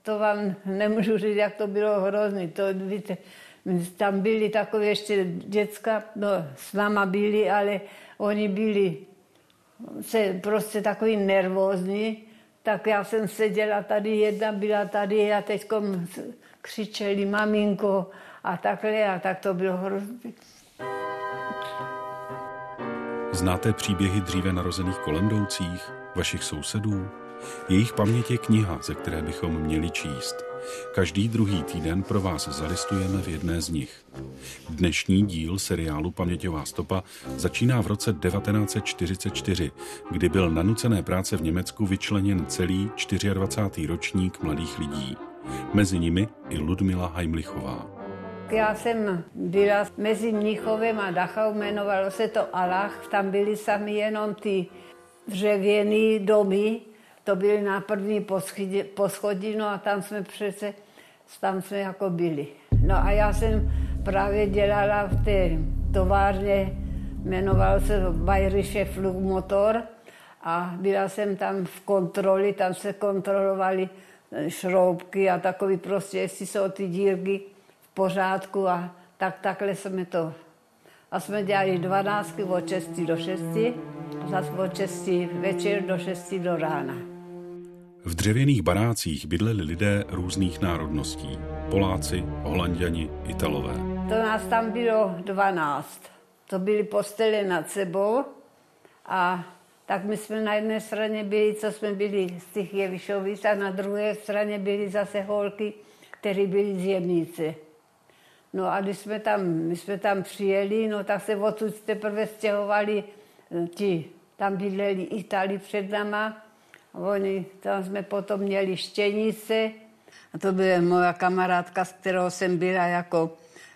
to vám nemůžu říct, jak to bylo hrozný. To, víte, tam byli takové ještě děcka, no s náma byli, ale oni byli prostě takový nervózní. Tak já jsem seděla tady, jedna byla tady a teď křičeli maminko a takhle a tak to bylo hrozný. Znáte příběhy dříve narozených kolem jdoucích, vašich sousedů? Jejich paměť je kniha, ze které bychom měli číst. Každý druhý týden pro vás zalistujeme v jedné z nich. Dnešní díl seriálu Paměťová stopa začíná v roce 1944, kdy byl na nucené práce v Německu vyčleněn celý 24. ročník mladých lidí. Mezi nimi i Ludmila Heimlichová. Já jsem byla mezi Mnichovem a Dachau, jmenovalo se to Alach, tam byly sami jenom ty dřevěné domy, to byly na první poschodí, no a tam jsme jako byli. No a já jsem právě dělala v té továrně, jmenovalo se to Bayerische Flugmotor a byla jsem tam v kontroli, tam se kontrolovaly šroubky a takový prostě, jestli jsou ty dírky v pořádku a takhle jsme to. A jsme dělali 12 od 6 do 6, zase od 6 večer do 6 do rána. V dřevěných barácích bydleli lidé různých národností. Poláci, Holanďani, Italové. To nás tam bylo 12. To byly postele nad sebou a tak my jsme na jedné straně byli, co jsme byli z těch Jevišovic a na druhé straně byli zase holky, které byly z Jemnice. No a když my jsme tam přijeli, no tak se odsud teprve stěhovali tam bydleli Itali před náma. Tam jsme potom měli Štěnice a to byla moja kamarádka, s kterou jsem byla jako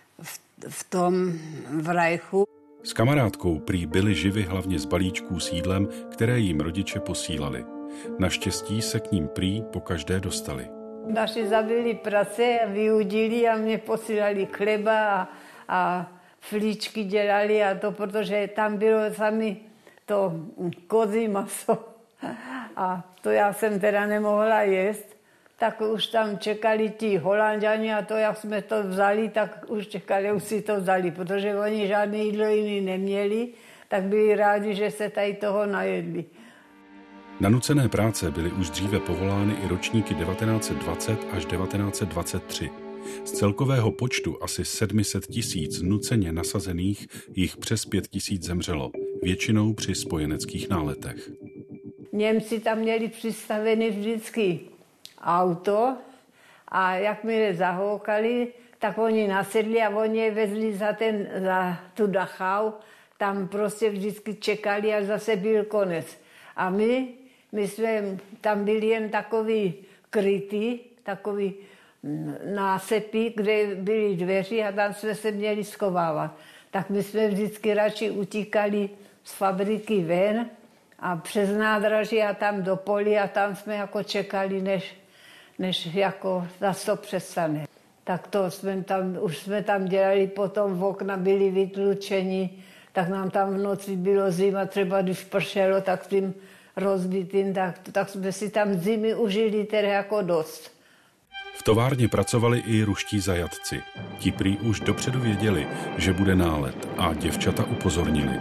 v Reichu. S kamarádkou prý byli živi hlavně z balíčků s jídlem, které jim rodiče posílali. Naštěstí se k ním prý pokaždé dostali. Naši zabili prace a vyudili a mě posílali chleba a flíčky dělali a to, protože tam bylo sami to kozí maso. A to já jsem teda nemohla jíst, tak už tam čekali ti Holanďani a to, jak jsme to vzali, tak už čekali, už si to vzali, protože oni žádné jídlo jiný neměli, tak byli rádi, že se tady toho najedli. Na nucené práce byly už dříve povolány i ročníky 1920 až 1923. Z celkového počtu asi 700 000 nuceně nasazených jich přes 5 000 zemřelo, většinou při spojeneckých náletech. Němci tam měli přistavený vždycky auto a jakmile zahoukali, tak oni nasedli a oni je vezli za tu Dachau. Tam prostě vždycky čekali, až zase byl konec. A my jsme tam byli jen takový krytý, takový násepy, kde byly dveře a tam jsme se měli schovávat. Tak my jsme vždycky radši utíkali z fabriky ven a přes nádraží a tam do poli a tam jsme jako čekali, než jako zase to přestane. Tak to už jsme tam dělali, potom v okna byli vytlučeni, tak nám tam v noci bylo zima, třeba když pršelo, tak tím rozbitým, tak jsme si tam zimy užili tedy jako dost. V továrně pracovali i ruští zajatci. Ti prý už dopředu věděli, že bude nálet a děvčata upozornili.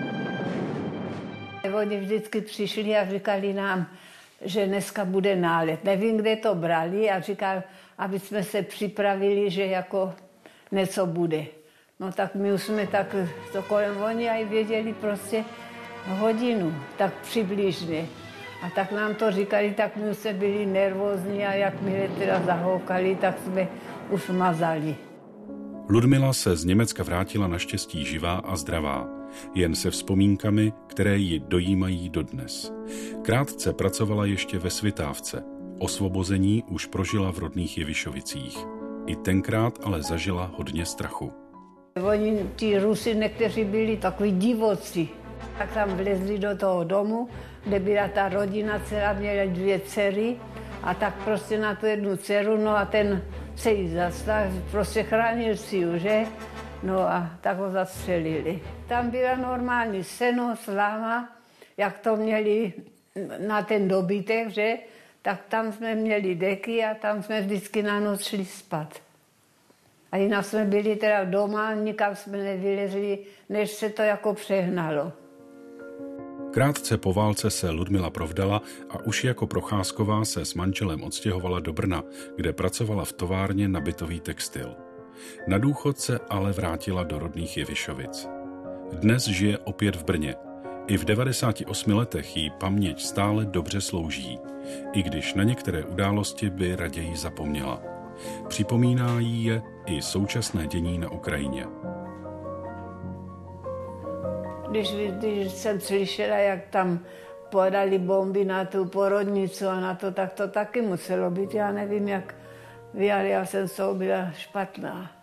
Oni vždycky přišli a říkali nám, že dneska bude nálet. Nevím, kde to brali a říkal, aby jsme se připravili, že jako něco bude. No tak my už jsme tak to kolem oni a věděli prostě hodinu, tak přibližně. A tak nám to říkali, tak my jsme byli nervózní a jakmile teda zahoukali, tak jsme už mazali. Ludmila se z Německa vrátila naštěstí živá a zdravá, jen se vzpomínkami, které ji dojímají dodnes. Krátce pracovala ještě ve Svitávce. Osvobození už prožila v rodných Jevišovicích. I tenkrát ale zažila hodně strachu. Oni, ti Rusy, někteří byli takový divoci. Tak tam vlezli do toho domu, kde byla ta rodina, dcera měla 2 dcery a tak prostě na tu jednu dceru, no a ten se jí zastal, prostě chránil si ju, že? No a tak ho zastřelili. Tam byla normální seno, sláma, jak to měli na ten dobytek, že? tak tam jsme měli deky a tam jsme vždycky na noc šli spát. A jinak jsme byli teda doma, nikam jsme nevylezli, než se to jako přehnalo. Krátce po válce se Ludmila provdala a už jako Procházková se s manželem odstěhovala do Brna, kde pracovala v továrně na bytový textil. Na důchod se ale vrátila do rodných Jevišovic. Dnes žije opět v Brně. I v 98 letech jí paměť stále dobře slouží, i když na některé události by raději zapomněla. Připomíná jí je i současné dění na Ukrajině. Když jsem slyšela, jak tam podali bomby na tu porodnicu a na to, tak to taky muselo být. Já nevím, jak vy, ale já jsem z toho byla špatná.